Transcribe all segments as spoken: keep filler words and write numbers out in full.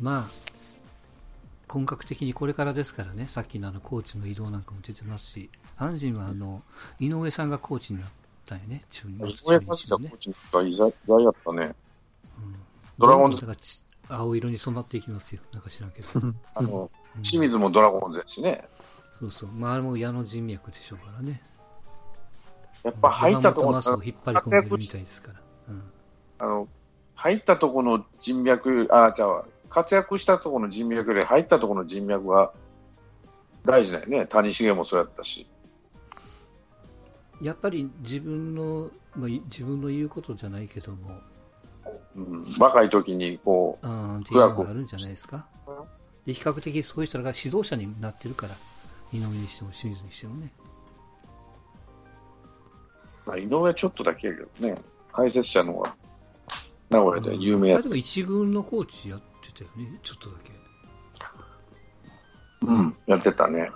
まあ本格的にこれからですからね。さっきのあのコーチの移動なんかも出てますし、阪神はあの井上さんがコーチになったんやね。中日のね。 井上さんがコーチになった意外意外やったね。うん、ドラゴンズだから青色に染まっていきますよ。なんか知らんけど。 あの、うん、清水もドラゴンズやしね。 そうそう。まああれも矢の人脈でしょうからね。 やっぱ入ったところを引っ張り込んでるみたいですから。うん、 あの入ったところの人脈、あ、じゃあ活躍したところの人脈より入ったところの人脈が大事だよね。谷繁もそうやったし。 やっぱり自分の、まあ、自分の言うことじゃないけども、 うん、若い時にこう、 あっていうのがあるんじゃないですか。で比較的そういう人が指導者になってるから、井上にしても清水にしてもね。 まあ、井上はちょっとだけやけどね、解説者の方が名古屋で有名やった。 でも一軍のコーチやってたよね、ちょっとだけ。 うん、やってたね。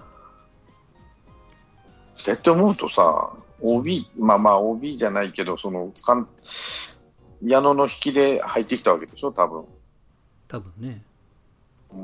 そうやって思うとさ、オービー、まあまあ オービー じゃないけど、そのかん矢野の引きで入ってきたわけでしょ、多分。 多分ね。 うん。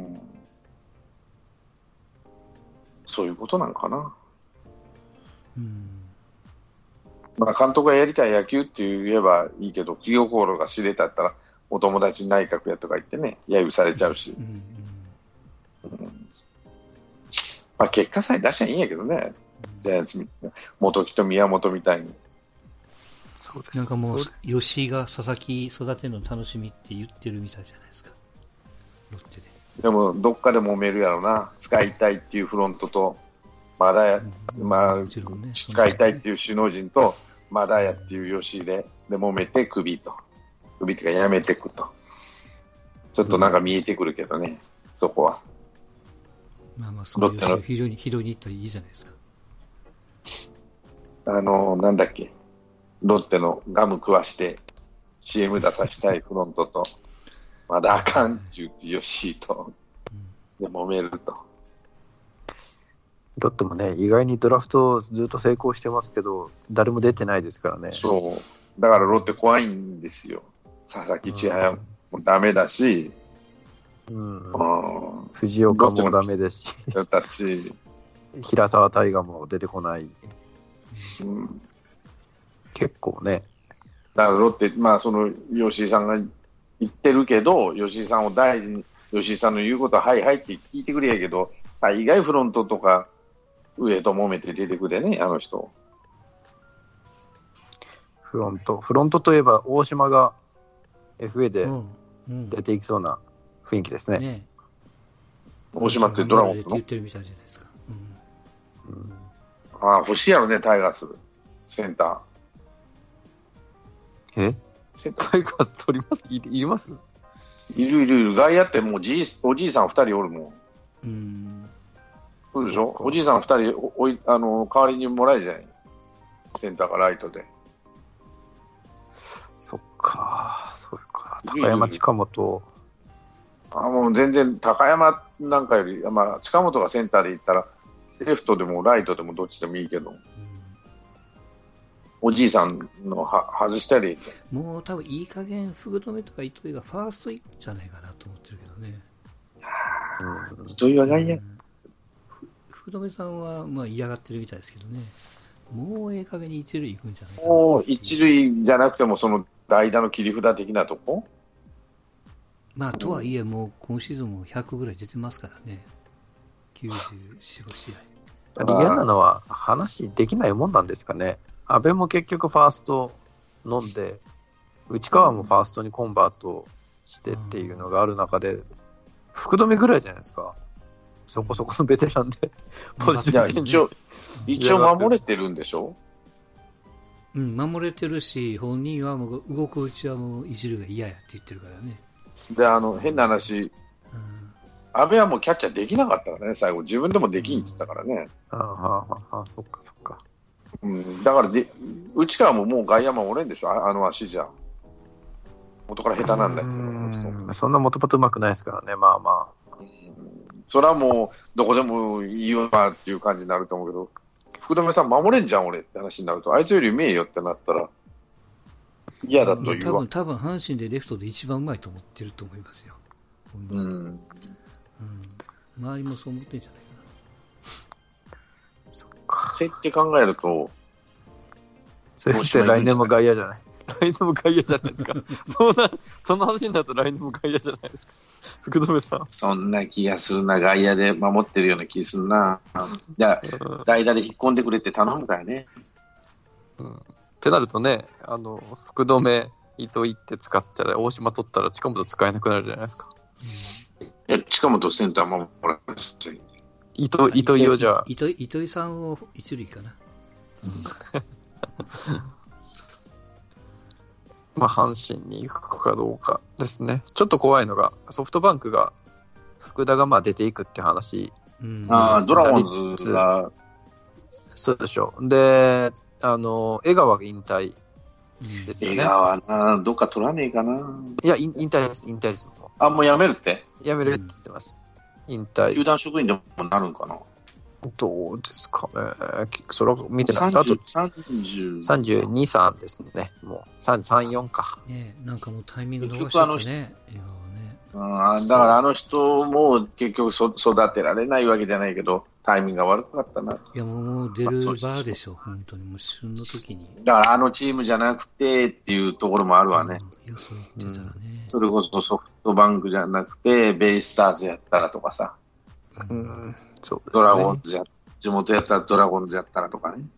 そういうことなんかな。 うん。 まあ監督がやりたい野球って言えばいいけど、気心が知れたったらお友達内閣やとか言ってね、揶揄されちゃうし。うんうんうん、まあ結果さえ出しゃいいんやけどね。ジャイアンツ元木と宮本みたいに。 そうです。なんかもう吉井が佐々木育てるの楽しみって言ってるみたいじゃないですか、ロッテで。 でもどっかで揉めるやろな。使いたいっていうフロントとまだや、うん、まあ、ね、使いたいっていう首脳陣とまだやっていう吉井でで揉めてクビとクビっていうかやめてくと、ちょっとなんか見えてくるけどね、うん、そこは。 まあまあそういうの拾いに拾いに行ったらいいじゃないですか。 あのなんだっけ、ロッテのガム食わして シーエム 出させたいフロントとまだあかんって言って吉井とで揉めると。 ロッテもね、意外にドラフトずっと成功してますけど誰も出てないですからね。 そうだからロッテ怖いんですよ。佐々木千早もダメだし、 うん、藤岡もダメですしだし平沢大河も出てこない、 うん、 結構ね。 だからロッテ、まあその吉井さんが言ってるけど、吉井さんを大事に、吉井さんの言うことははいはいって聞いてくれやけど、大概フロントとか上と揉めて出てくれね、あの人。 フロント、フロントといえば大島が エフエー で出ていきそうな雰囲気ですね。うんうん、ね、 大島ってドラゴンズの言ってるみたいじゃないですか。 うんうん、ああ欲しいやろね、タイガースセンター。えタイガース取ります？いります？ いるいるいる。外野ってもうじいおじいさんふたりおるもん。 うん。 そうでしょ。おじいさんふたりおおいあの代わりにもらえるじゃない。センターかライトで。 そっか、そうか。高山近本。 あもう全然高山なんかより、まあ近本がセンターで行ったらレフトでもライトでもどっちでもいいけど。うん、おじいさんのは外したりもう多分いい加減福留とか糸井がファースト行くんじゃないかなと思ってるけどね。 うん、糸井は外野、うん、 福留さんはまあ嫌がってるみたいですけどね。もうええ加減に一塁行くんじゃないかな。 もう一塁じゃなくてもその代打の切り札的なとこ。 まあとはいえもう今シーズンもひゃくぐらい出てますからね。きゅうじゅうよん、ご試合。嫌なのは話できないもんなんですかね。阿部も結局ファースト飲んで、内川もファーストにコンバートしてっていうのがある中で、福留ぐらいじゃないですか。そこそこのベテランでポジション一応一応守れてるんでしょ。 うん、守れてるし、本人はもう動くうちはもういじるが嫌やって言ってるからね。 で、あの変な話、うん、阿部はもうキャッチャーできなかったからね、最後自分でもできんって言ったからね。 うん、ああああ、そっかそっか。 うん、だからで内川ももう外野守れんでしょ、あ, あの足じゃ元から下手なんだけど。 うん、そんなもともとうまくないですからね。まあまあ、うん、 それはもうどこでもいいわっていう感じになると思うけど、福留さん守れんじゃん俺って話になると、あいつよりうめえよってなったら嫌だというわ。 多分多分阪神でレフトで一番うまいと思ってると思いますよ。 ういうの、 うん。 うん、周りもそう思ってんじゃないかそっか。 せって考えると、 それって来年も外野じゃない。来年も外野じゃないですか。そんな、そんな話になると来年も外野じゃないですか。福留さん。 そんな気がするな、外野で守ってるような気がするな。じゃあ、代打で引っ込んでくれって頼むからね。 うん。ってなるとね、あの、福留、糸井って使ったら、大島取ったら近本使えなくなるじゃないですか。 いや、近本センター守らないし。 糸井、糸井をじゃあ。 糸井、糸井さんを一塁かな。 まあ、阪神に行くかどうかですね。ちょっと怖いのが、ソフトバンクが、福田がまあ出ていくって話。 うん、 ああ、ドラゴンズが。 そうでしょう。で、あの、江川が引退ですよね。 江川な、どっか取らねえかな。 いや、引退です、引退です。 あ、もう辞めるって辞めるって言ってます。うん、引退。 球団職員でもなるんかな。 どうですかね。それは見てない。あとさんじゅう、 さんじゅうに、さんですね。もうさんじゅうさん、よんか。 ね、なんかもうタイミング逃しちゃってね。 あだからあの人も結局そ育てられないわけじゃないけど、タイミングが悪かったな。 いやもう出る場でしょ、本当にもう旬の時に。 だからあのチームじゃなくてっていうところもあるわね。 うん、よそ言ってたらね、うん。 それこそソフトバンクじゃなくて、ベイスターズやったらとかさ。 うん、そうですね。 ドラゴンズや、地元やったらドラゴンズやったらとかね。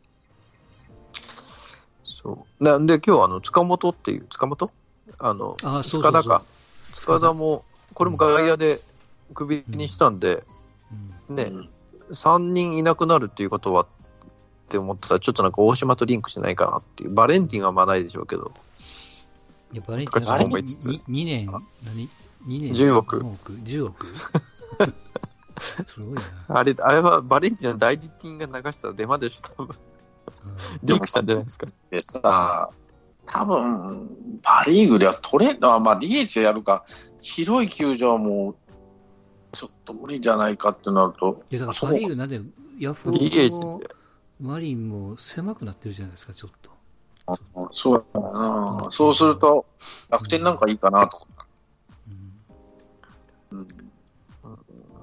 そう。なんで今日あの、塚本っていう、塚本あの、あそうそうそう塚田か。塚田も、これも外野でクビにしたんで、うん、ね、うん、さんにんいなくなるっていうことはって思ったら、ちょっとなんか大島とリンクしてないかなっていう。バレンティンはまあないでしょうけど。 いや、バレンティンはにねん、何 ?に 年。 じゅうおく。 じゅうおくすごいな。 あれ、あれはバレンティンの代理人が流したら出までしょ、多分。リンクしたんじゃないですか。 でさ、多分、パリーグでは取れんのは、まあ ディーエイチ でやるか、広い球場はもう、ちょっと無理じゃないかってなると。 いや、だからパリーグなんで、ヤフオもマリンも狭くなってるじゃないですか、ちょっと。 あそうだな、うん。そうすると、楽天なんかいいかなと思った。うん。うんうん、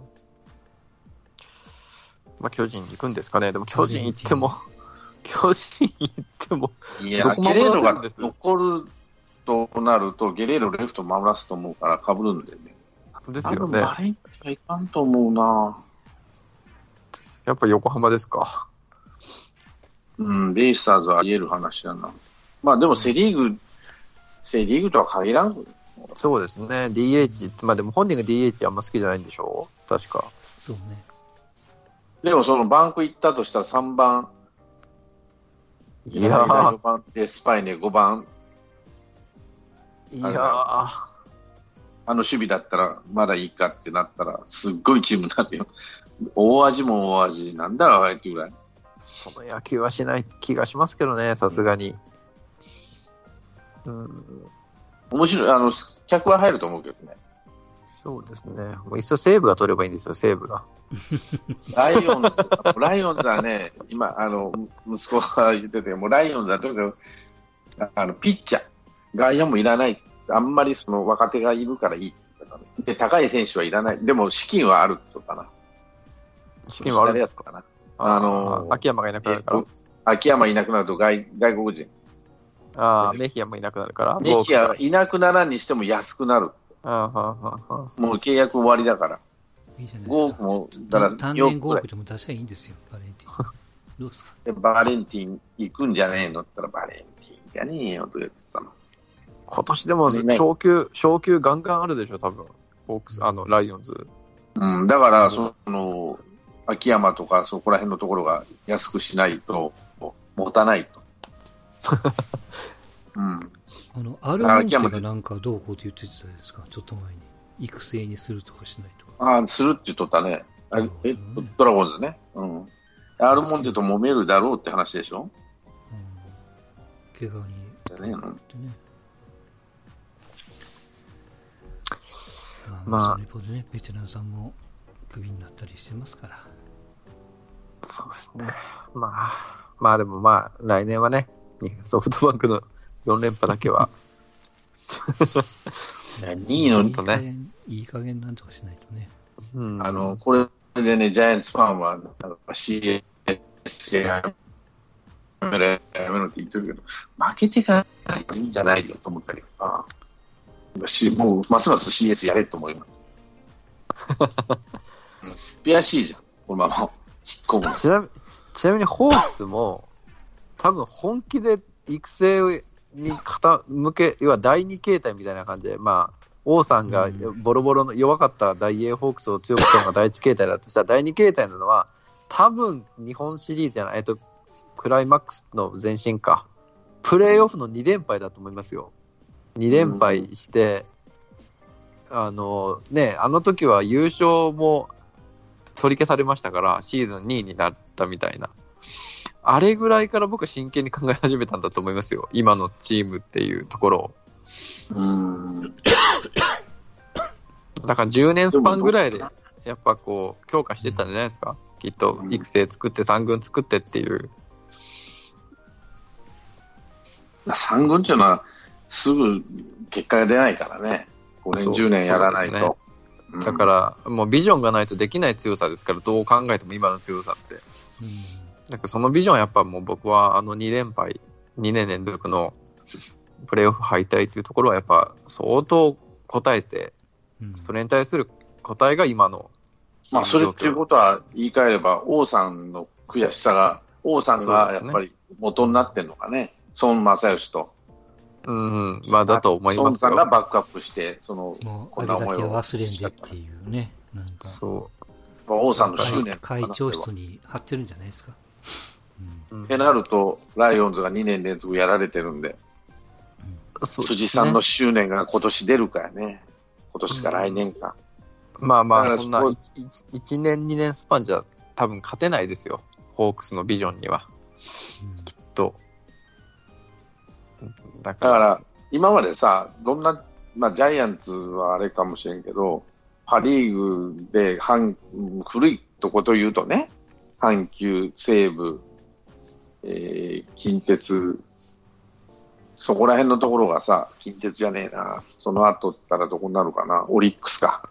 まあ、巨人に行くんですかね。でも巨人行っても、巨人行っても、 いや、ゲレーロが残るとなると、ゲレーロレフト守らすと思うから、被るんでね。 ですよね。 バレンティンはいかんと思うな。 やっぱ横浜ですか。 うん、ベイスターズはあり得る話だな。まあでもセリーグ、セリーグとは限らん。 そうですね。ディーエイチ、まあでも本人が ディーエイチ あんま好きじゃないんでしょう確か。 そうね。 でもそのバンク行ったとしたらさんばん。 いやー。 よばんでスパイネごばん。 いやー。 あの守備だったらまだいいかってなったらすっごいチームになるよ。大味も大味なんだあえてぐらい。 その野球はしない気がしますけどね、さすがに。うん。 面白い、あの客は入ると思うけどね。 そうですね。もういっそ西武が取ればいいんですよ、西武が。 ライオンズ、ライオンズはね、今あの息子が言ってて、もうライオンズはとにかくあのピッチャー、外野もいらない。あんまりその若手がいるからいいって言ったから、ね、で高い選手はいらない。でも資金はあるってかな。 資金はあるんですかな。 あのー、秋山がいなくなるから。 秋山いなくなると 外, 外国人。 ああ、メヒアもいなくなるから。 メヒアいなくならんにしても安くなる。 あはははもう契約終わりだから。 いいじゃないですか。 ごおくもだから単年ごおくでも出しゃいいんですよ、バレンティン。どうですか。 でバレンティン行くんじゃねえのって言ったらバレンティンじゃねえよと言ってたの。 今年でも昇級、昇級ガンガンあるでしょ、多分。ホークス、あの、ライオンズ。 うん、だから、その、秋山とかそこら辺のところが安くしないと、持たないと。うん。 あの、アルモンテがなんかどうこうって言ってたじゃないですか、ちょっと前に。育成にするとかしないとか。 ああ、するって言っとったね。あえ、ドラゴンズね。うん。アルモンテと揉めるだろうって話でしょ。 うん。怪我に。 だね。 まあ、その一方でね、ベテランさんもクビになったりしてますから。 そうですね。まあ、まあでもまあ、来年はね、ソフトバンクのよん連覇だけはにいのいい加減、いい加減なんとかしないとね。 うん、 あの、これでね、ジャイアンツファンは、なんか シーエス やめろ、やめろって言ってるけど、負けてからいいんじゃないよと思ったけどな。もう、ますます シーエス やれと思います。悔しいじゃん、このまま引っ込む。 ちなみちなみにホークスも多分本気で育成に傾け、要はだいに形態みたいな感じで、まあ王さんがボロボロの弱かった大英ホークスを強くしたのがだいいち形態だとしたら、だいに形態なのは多分日本シリーズじゃない、えっとクライマックスの前進か、プレーオフのに連敗だと思いますよ。に連敗して、うん、あのね、あの時は優勝も取り消されましたから、シーズンにいになったみたいな。あれぐらいから僕は真剣に考え始めたんだと思いますよ。今のチームっていうところを。 うーん。 だからじゅうねんスパンぐらいで、やっぱこう、強化してったんじゃないですか。きっと、育成作ってさん軍作ってっていう。 さん軍っていうのは、すぐ結果が出ないからね。ごねん、じゅうねんやらないと。 だから、もうビジョンがないとできない強さですから、どう考えても今の強さって。うん、だからそのビジョンはやっぱもう僕はあのに連敗、にねん連続のプレーオフ敗退というところはやっぱ相当答えて、うん、それに対する答えが今の。 まあそれっていうことは言い換えれば、王さんの悔しさが、王さんがやっぱり元になってんのかね。孫正義と。 うん、まあだと思いますよ。 孫さんがバックアップして、その、 もうこんな思いを忘れんでっていうね、なんか。 そう。 王さんの執念。 会長室に貼ってるんじゃないですか。 うん。ってなると、ライオンズがにねん連続やられてるんで、うん、辻さんの執念が今年出るかやね。今年か来年か。 うん、まあまあ、そんないちねん、にねんスパンじゃ多分勝てないですよ。ホークスのビジョンには。うん、きっと。 だから、今までさ、どんな、まあ、ジャイアンツはあれかもしれんけど、パ・リーグで阪古いとこと言うとね、阪急、西武、えー、近鉄、そこら辺のところがさ、近鉄じゃねえな、その後ったらどこになるかな、オリックスか。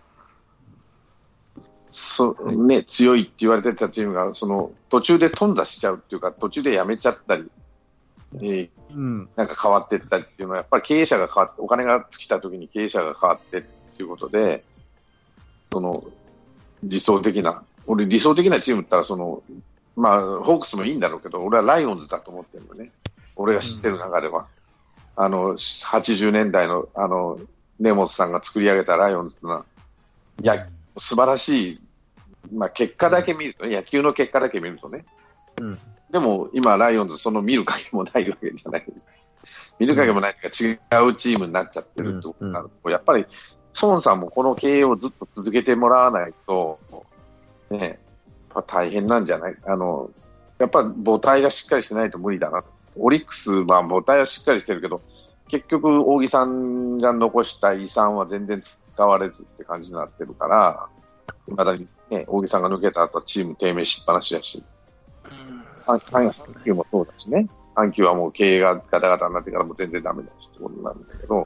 そね、強いって言われてたチームが、その途中で頓挫しちゃうっていうか、途中でやめちゃったり、えーうん、なんか変わっていったっていうのはやっぱり経営者が変わってお金が尽きた時に経営者が変わってっていうことで、その理想的な俺理想的なチームって言ったらそのまあホークスもいいんだろうけど、俺はライオンズだと思ってるのね。俺が知ってる中では、うん、あのはちじゅうねんだいのあの根本さんが作り上げたライオンズってのは、いや素晴らしい、まあ結果だけ見るとね、野球の結果だけ見るとね。うん、でも今、ライオンズ、その見る影もないわけじゃない、見る影もないというか、違うチームになっちゃってるってことになると、うんうん、やっぱり孫さんもこの経営をずっと続けてもらわないと、ね、やっぱ大変なんじゃない、あのやっぱ母体がしっかりしてないと無理だな、オリックスは母体はしっかりしてるけど、結局、仰木さんが残した遺産は全然使われずって感じになってるから、いまだに、ね、仰木さんが抜けた後はチーム低迷しっぱなしだし。阪急もそうだしね、阪急はもう経営がガタガタになってからもう全然ダメだしってことなんだけど、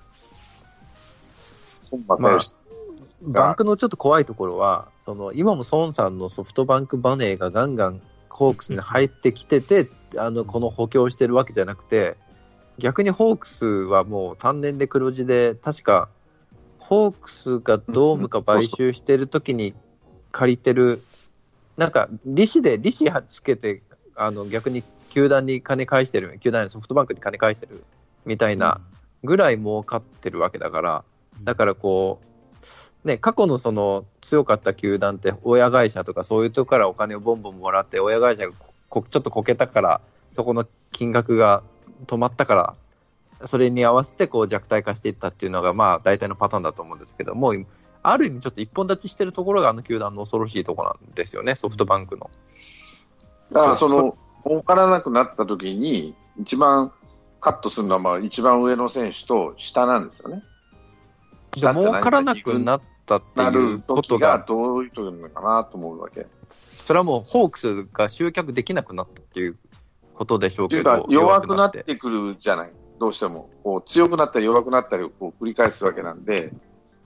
まあ、バンクのちょっと怖いところは、その今も孫さんのソフトバンクバネーがガンガンホークスに入ってきてて、あのこの補強してるわけじゃなくて、逆にホークスはもう単年で黒字で、確かホークスがドームか買収してる時に借りてる、なんか利子で利子つけて、あの逆に球団に金返してる、球団にソフトバンクに金返してるみたいなぐらい儲かってるわけだから、だからこう、ね、過去のその強かった球団って親会社とかそういうとこからお金をボンボンもらって、親会社がこちょっとこけたから、そこの金額が止まったから、それに合わせてこう弱体化していったっていうのがまあ大体のパターンだと思うんですけども、ある意味ちょっと一本立ちしてるところがあの球団の恐ろしいところなんですよね、ソフトバンクの。 だからその儲からなくなった時に一番カットするのはまあ一番上の選手と下なんですよね。 儲からなくなったっていうことがどういう時なのかなと思うわけ。 それはもうホークスが集客できなくなったっていうことでしょうけど、 弱くなってくるじゃない、どうしてもこう強くなったり弱くなったりをこう繰り返すわけなんで、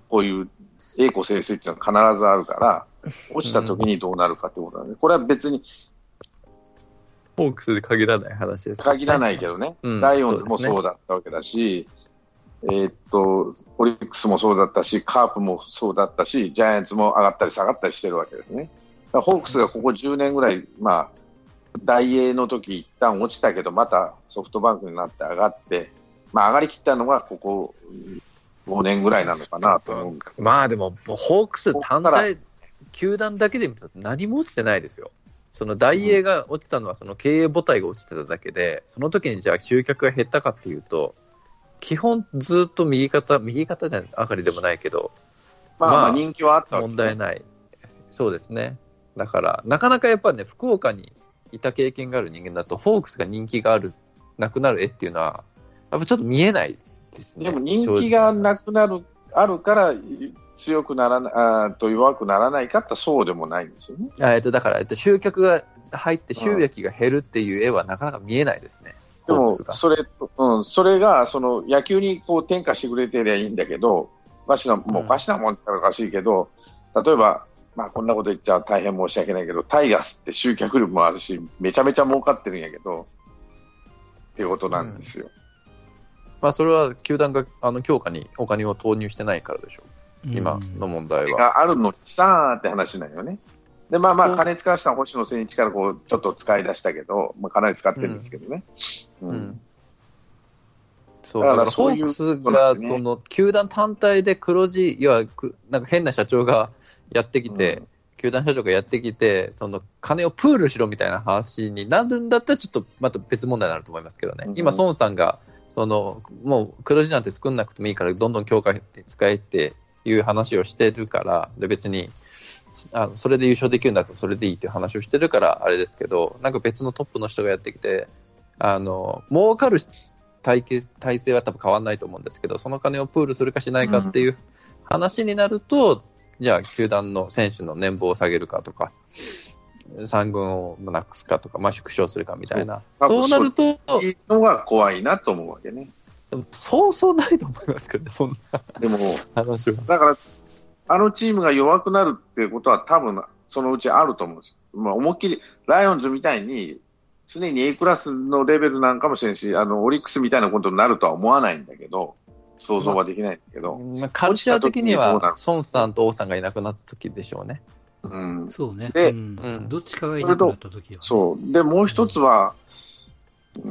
こういう栄枯盛衰っていうのは必ずあるから、落ちた時にどうなるかってことだね。これは別に、 ホークスで限らない話です。 限らないけどね、 うん、 ライオンズもそうだったわけだし、えー、っと、オリックスもそうだったし、カープもそうだったし、ジャイアンツも上がったり下がったりしてるわけですね。だからホークスがここじゅうねんぐらい、まあ、大英の時一旦落ちたけど、またソフトバンクになって上がって、まあ、上がりきったのがここごねんぐらいなのかなと思う。 まあでも、ホークス単体、球団だけで見ると何も落ちてないですよ。その大英が落ちたのはその経営母体が落ちてただけで、その時にじゃあ集客が減ったかっていうと、基本ずっと右肩、右肩じゃ上がりでもないけど、 まあ、まあ人気はあったわけ、 問題ない。そうですね。だから、なかなかやっぱりね、福岡にいた経験がある人間だと、ホークスが人気がある、なくなる絵っていうのは、やっぱちょっと見えないですね。 でも人気がなくなる、あるから、強くならないあと弱くならないかってそうでもないんですよね。 えっと、だから、えっと、集客が入って収益が減るっていう絵はなかなか見えないですね。 でもそれ、うん、それがその野球にこう転化してくれてりゃいいんだけど、わしがもうおかしなもんって言ったらおかしいけど、うん、例えば、まあ、こんなこと言っちゃ大変申し訳ないけど、タイガースって集客力もあるし、めちゃめちゃ儲かってるんやけど、っていうことなんですよ。うん、 まあ、それは球団があの強化にお金を投入してないからでしょう、今の問題は。 があるのにさーって話なんよね。で、まあまあ、金使わした星野千一からこう、ちょっと使い出したけど、まあ、かなり使ってるんですけどね。うん。うん、 そう、だからホークスが、その、球団単体で黒字、要は、なんか変な社長がやってきて、うん、球団社長がやってきて、その、金をプールしろみたいな話になるんだったら、ちょっとまた別問題になると思いますけどね。うん、今、孫さんが、その、もう黒字なんて作んなくてもいいから、どんどん強化して使えっていう話をしてるから、で、別に、あそれで優勝できるんだったらそれでいいっていう話をしてるからあれですけど、なんか別のトップの人がやってきて、あの儲かる体系体制は多分変わらないと思うんですけど、その金をプールするかしないかっていう話になると、うん、じゃあ球団の選手の年俸を下げるかとか、さん軍をなくすかとか、まあ、縮小するかみたいな、そうなるとそういうのが怖いなと思うわけね。 でもそうそうないと思いますけどね、そんなでも話は。 だからあのチームが弱くなるってことは多分そのうちあると思うんですよ。まあ、思いっきりライオンズみたいに常に A クラスのレベルなんかもしれんし、あのオリックスみたいなことになるとは思わないんだけど、想像はできないんだけど、 まあ、カルチャー的には孫さんと王さんがいなくなった時でしょうね。 うん、 そうね。 で、 うん、どっちかがいなくなった時は、ね、 そうでもう一つは、うん、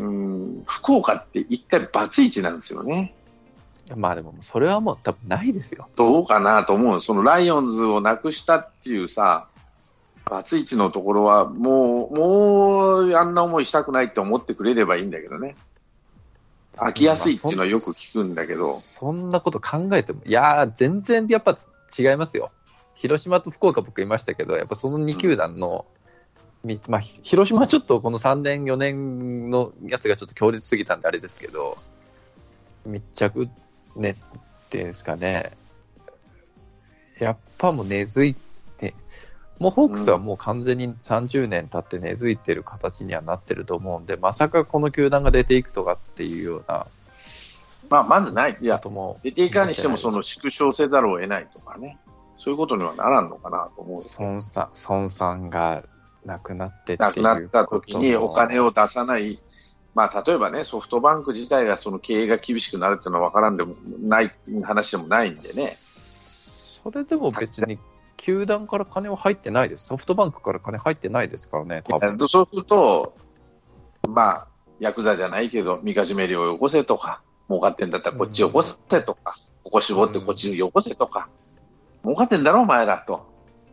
福岡って一回バツイチなんですよね。 まあでもそれはもう多分ないですよ。 どうかなと思う。そのライオンズをなくしたっていうさ、バツイチのところはもう、もうあんな思いしたくないって思ってくれればいいんだけどね。飽きやすいっていうのはよく聞くんだけど。 そんなこと考えても、いやー全然やっぱ違いますよ。広島と福岡僕いましたけど、やっぱそのに球団の、うん、まあ広島はちょっとこのさんねんよねんのやつがちょっと強烈すぎたんであれですけど、密着ねっていうんですかね、やっぱもう根付いて、もうホークスはもう完全にさんじゅうねん経って根付いてる形にはなってると思うんで、まさかこの球団が出ていくとかっていうような、 まあ、まずない、いや、出ていかにしてもその縮小せざるを得ないとかね、そういうことにはならんのかなと思う。 孫さん、孫さんが亡くなってっていう亡くなった時にお金を出さない。まあ、例えばね、ソフトバンク自体がその経営が厳しくなるっていうのは分からんでもない話でもないんでね。 それでも別に球団から金は入ってないです。ソフトバンクから金入ってないですからね、多分。 そうすると、まあ、ヤクザじゃないけど、みかじめ料をよこせとか、儲かってんだったらこっちよこせとか、うん、ここ絞ってこっちよこせとか、うん、儲かってんだろ、お前らと。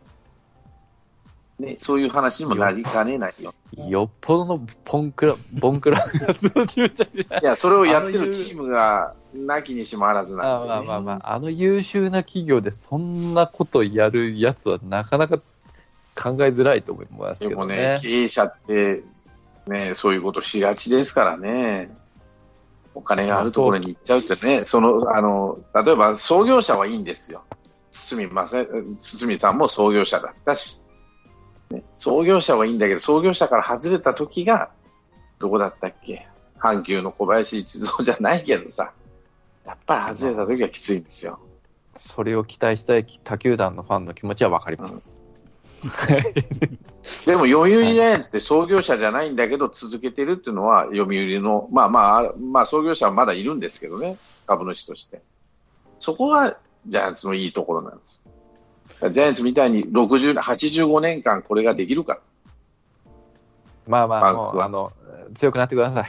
ね、そういう話にもなりかねないよ。 よっぽどのポンクラ、ボンクラが通じるじゃない。 いや、それをやってるチームがなきにしもあらずなんで、ね、 あまあまあまあ、あの優秀な企業でそんなことやるやつはなかなか考えづらいと思いますけどね。でもね、 経営者ってね、そういうことしがちですからね。お金があるところに行っちゃうってね、その、あの、例えば創業者はいいんですよ。堤正、堤さんも創業者だったし。ね、創業者はいいんだけど、創業者から外れた時がどこだったっけ、阪急の小林一三じゃないけどさ、やっぱり外れた時はきついんですよ。 それを期待したい他球団のファンの気持ちは分かります。 うん、でも読売ジャイアンツって創業者じゃないんだけど続けてるっていうのは読売の、まあまあ、まあ創業者はまだいるんですけどね、株主として。そこがジャイアンツのいいところなんですよ。ジャイアンツみたいにろくじゅう、はちじゅうごねんかんこれができるか。 まあまあ、もうあの強くなってください。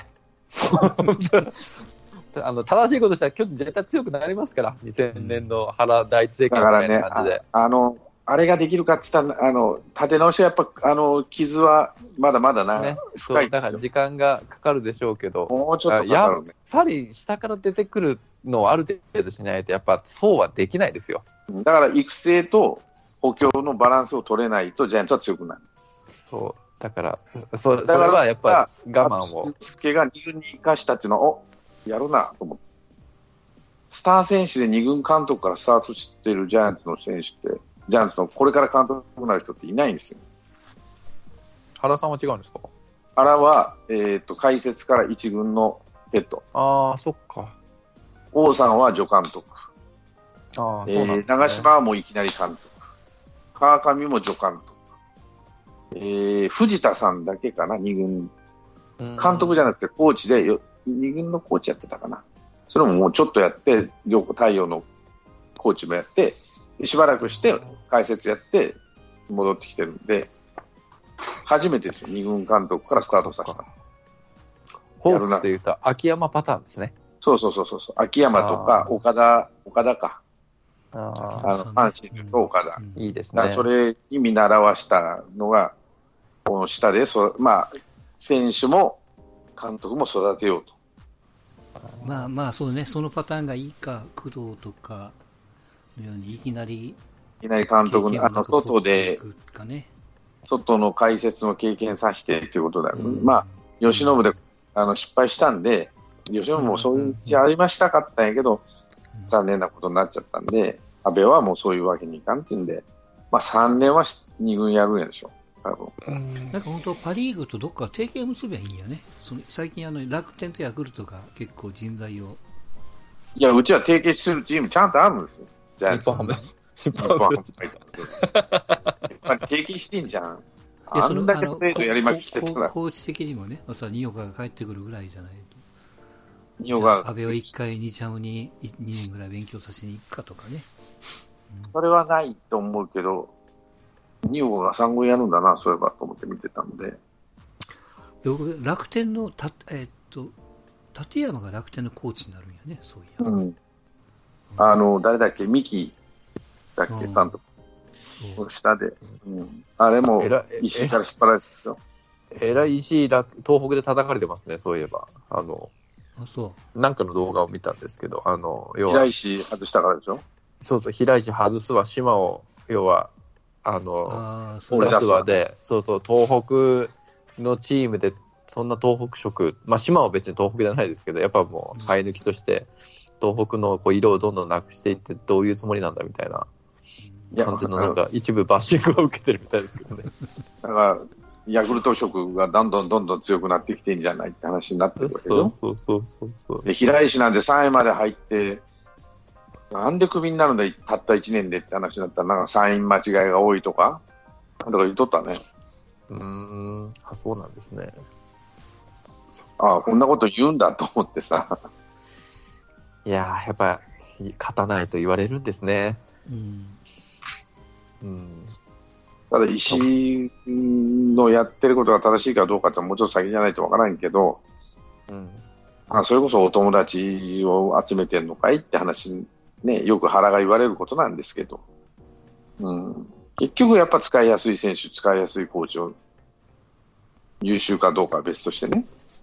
あの正しいことしたら巨人絶対強くなりますから、にせんねんの原大地政権みたいな感じで。 あ, あのあれができるかって言ったら、あの立て直しはやっぱあの傷はまだまだな、 ね、 深いですよ。 だから時間がかかるでしょうけど、 もうちょっとかかるね。 やっぱり下から出てくるのをある程度しないと、やっぱそうはできないですよ。 だから育成と補強のバランスを取れないと、ジャイアンツは強くなる。 そうだからそ、それはやっぱり我慢を。 鈴木がに軍に生かしたっていうのは、おやるなと思って。スター選手でに軍監督からスタートしているジャイアンツの選手って、ジャイアンツのこれから監督になる人っていないんですよ。 原さんは違うんですか？ 原は、えーと、解説から一軍のヘッド。 ああ、そっか。 王さんは助監督。 ああ、 えそうなんですね。 ー、長嶋はもういきなり監督。川上も助監督。えー、藤田さんだけかな、に軍。監督じゃなくてコーチでに軍のコーチやってたかな。それももうちょっとやって、両方太陽のコーチもやって、しばらくして解説やって戻ってきてるんで、初めてですよ、に軍監督からスタートさせた。 ホークスというと秋山パターンですね。 そうそうそうそう、秋山とか岡田、岡田か。 ああの阪神と岡田、 うん、いいですね。 それに見習わしたのが、この下でそ、まあ、選手も監督も育てようと。 まあまあそうね、そのパターンがいいか、工藤とかのようにいきなり、 いきなり監督のあの外で、 ね、 外の解説の経験させてということだ、うん、まあ、由伸であの失敗したんで、由伸もそういう道ありましたかったんやけど、うん、残念なことになっちゃったんで、阿部はもうそういうわけにいかんっていうんで、まあ、さんねんはに軍やるんやでしょ。 うん、なんか本当パ・リーグとどっか提携結べばいいんやね。その最近あの楽天とヤクルトが結構人材を。 いや、うちは提携するチームちゃんとあるんですよ。じゃあ日本ハム。 日本ハム。やっぱり提携してんじゃん。あんだけ程度やりまきってたら。 コーチ的にもね、さ新岡が帰ってくるぐらいじゃないと。 新岡。 阿部を一回日ハムににねんぐらい勉強させに行くかとかね。 うん、それはないと思うけど。二号がさん軍やるんだな、そういえばと思って見てたんで。 楽天のた、えー、っと立山が楽天のコーチになるんやね、そういや。 うん、あの誰だっけ、三木だっけ、監督。下で、うん、あれも石井から引っ張られてるよ。 えらい石井、東北で叩かれてますね、そういえば。あのあそうなんかの動画を見たんですけど、あの要は平石外したからでしょ。 そうそう、平石外すわ、島を要は。あの出すわで、そうそう、東北のチームで、そんな東北色、まあ、島は別に東北じゃないですけど、やっぱもう、生え抜きとして、東北のこう色をどんどんなくしていって、どういうつもりなんだみたいな感じの、なんか、一部バッシングを受けてるみたいですけどね。 だから、ヤクルト色がどんどんどんどん強くなってきてんじゃないって話になってるわけよ。 そうそうそうそう。 で、平石なんでさんいまで入って、なんでクビになるんだたったいちねんでって話になったら、なんかサイン間違いが多いとか、なんとか言っとったね。 うーん、あ、そうなんですね。 ああ、こんなこと言うんだと思ってさ。 いやー、やっぱり勝たないと言われるんですね。 うん。 うん、ただ、石井のやってることが正しいかどうかってもうちょっと先じゃないとわからんけど、うん、あ、それこそお友達を集めてんのかいって話ね、よく原が言われることなんですけど、うん、結局やっぱ使いやすい選手、使いやすいコーチを優秀かどうかは別としてね。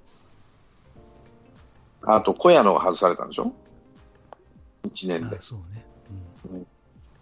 あと小屋のが外されたんでしょ、いちねんで。 あ、そうね、うんうん、い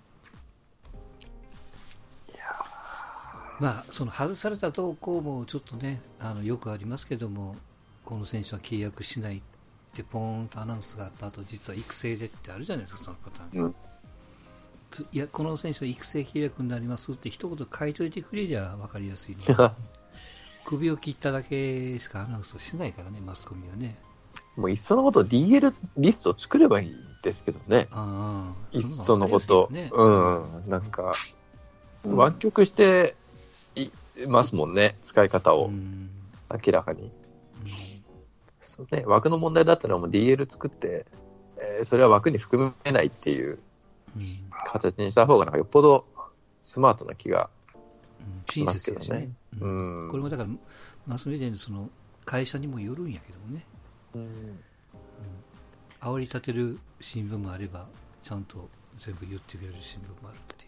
やまあその外された動向もちょっとね、あのよくありますけども、この選手は契約しないってポーンとアナウンスがあった後、実は育成でってあるじゃないですか、そのパターン、うん、いやこの選手は育成契約になりますって一言書いといてくれりゃ分かりやすいの首を切っただけしかアナウンスをしないからね、マスコミはね。 もういっそのこと ディーエル リストを作ればいいんですけどね。 あいっそのこと、 ね、 うん、なんか、湾曲していますもんね、使い方を。明らかに。そうね、枠の問題だったらもう ディーエル 作って、えー、それは枠に含めないっていう形にした方がなんかよっぽどスマートな気がしますけどね。 うん、うん、これもだからマスメディアのその会社にもよるんやけどもね、うんうん、煽り立てる新聞もあればちゃんと全部言ってくれる新聞もあるっていう、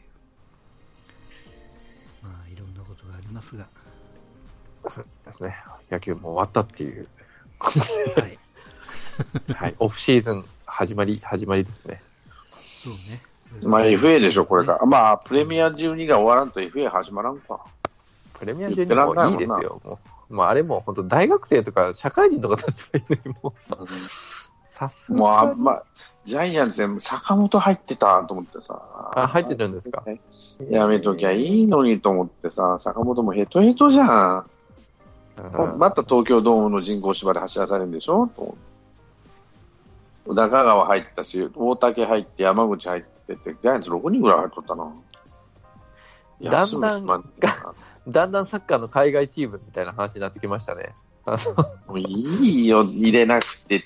まあいろんなことがありますが、 そうですね、野球も終わったっていうはい、はい、オフシーズン始まり始まりですね。 そうね。 まあ エフエー でしょこれから、ね、まあプレミアじゅうにが終わらんと エフエー 始まらんか。 プレミアじゅうにもいいですよ。もう、まあ、あれも本当大学生とか社会人とかだったらいいのにもうさすがに。もうあ、 まあ、ジャイアンツで坂本入ってたと思ってさ。 あ、入ってるんですか。 やめときゃいいのにと思ってさ、坂本もヘトヘトじゃん。うん、また東京ドームの人工芝で走らされるんでしょと。中川入ったし、大竹入って山口入ってて、ジャイアンツろくにんぐらい入っとったな。 だんだんだんだんサッカーの海外チームみたいな話になってきましたね。 もういいよ、入れなくてって。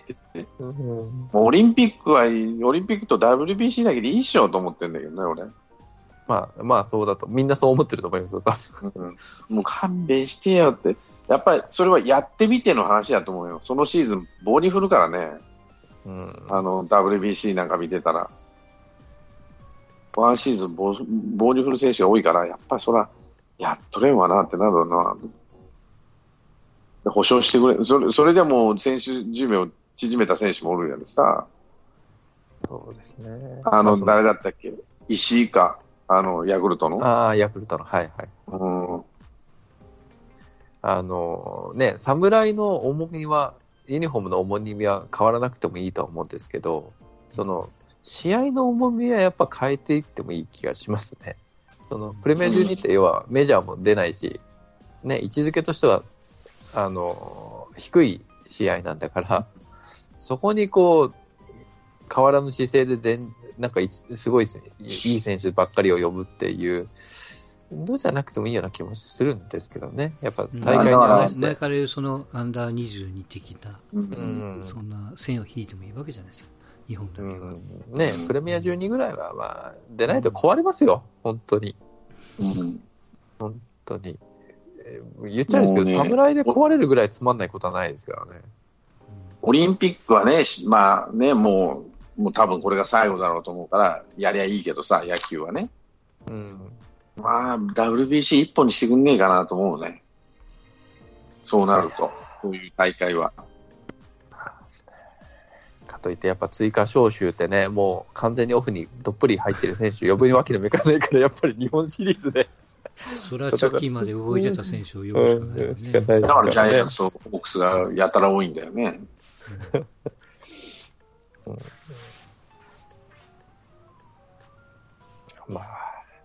うん、もうオリンピックは、オリンピックと ダブリュービーシー だけでいいっしょと思ってんだけどね、俺。 まあ、まあそうだと。みんなそう思ってると思いますよ、多分。 うん、もう勘弁してよって。やっぱりそれはやってみての話だと思うよ。そのシーズン、棒に振るからね。うん、あの、ダブリュービーシー なんか見てたら。ワンシーズン棒、棒に振る選手が多いから、やっぱりそら、やっとれんわなってなるな。保証してくれ、それ、それでも選手寿命を縮めた選手もおるやんさ。 そうですね。 あの、誰だったっけ、石井か、あの、ヤクルトの。 ああ、ヤクルトの、はいはい。うん、あの、ね、侍の重みは、ユニフォームの重みは変わらなくてもいいとは思うんですけど、その、試合の重みはやっぱ変えていってもいい気がしますね。そのプレミアじゅうにって要はメジャーも出ないし、ね、位置づけとしてはあの低い試合なんだから、そこにこう変わらぬ姿勢で全なんかすごいいい選手ばっかりを呼ぶっていうのじゃなくてもいいような気もするんですけどね。やっぱ大会に合わせて、 前から言うそのアンダーにじゅうに的な、うん、そんな線を引いてもいいわけじゃないですか。日本だけは、 うん、ね、プレミアじゅうにぐらいは、まあ、出ないと壊れますよ、うん、本当に、うん、本当に、えー、言っちゃうんですけど、ね、侍で壊れるぐらいつまんないことはないですからね。 オリンピックはね、まあね、もう、もう多分これが最後だろうと思うから、やりゃいいけどさ、野球はね、うん、まあ、ダブリュービーシー 一本にしてくんねえかなと思うね、そうなると、こういう大会は。 かといってやっぱ追加招集ってね、もう完全にオフにどっぷり入ってる選手呼ぶわけにもいかないから、やっぱり日本シリーズでそれは直近まで動いてた選手を呼ぶしかないよね、うん、しかないだからジャイアンツとホークスがやたら多いんだよね、 うんうん、まあ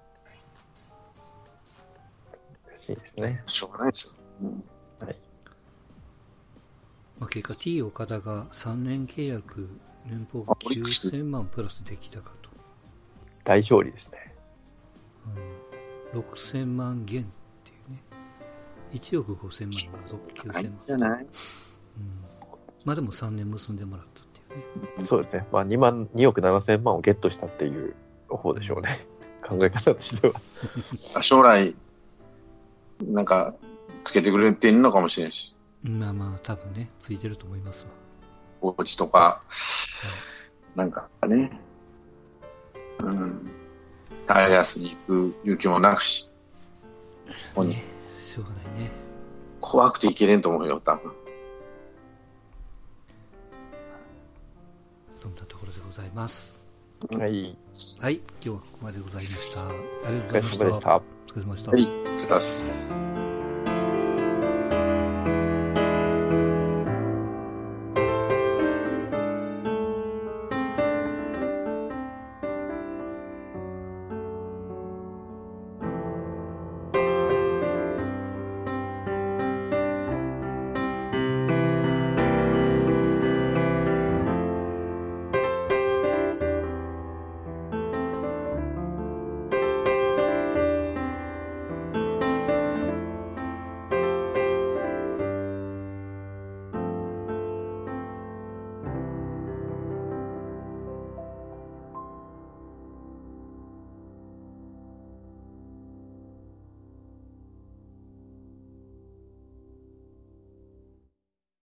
難しいですね。 しょうがないですよ、うん、はい。 まあ、結果 T 岡田がさんねん契約年俸きゅうせんまんプラスできたかと。 大勝利ですね、 うん、ろくせんまん減っていうね、いちおくごせんまんがきゅうせんまんじゃない、うん、 まあでもさんねん結んでもらったっていうね。そうですね、まあ、にまんにおくななせんまんをゲットしたっていう方でしょうね、考え方としては将来なんかつけてくれてるのかもしれんし、 まあまあ多分ねついてると思いますわ。コーチとか、はい、なんかね、うん、タイヤスに行く勇気もなくし、 ね、しょうがないね。 怖くていけれんと思うよ多分。 そんなところでございます。 はい。 はい、今日はここまでございました。ありがとうございました。 お疲れ様でした。 お疲れ様でした。 はい、ありがとうございます。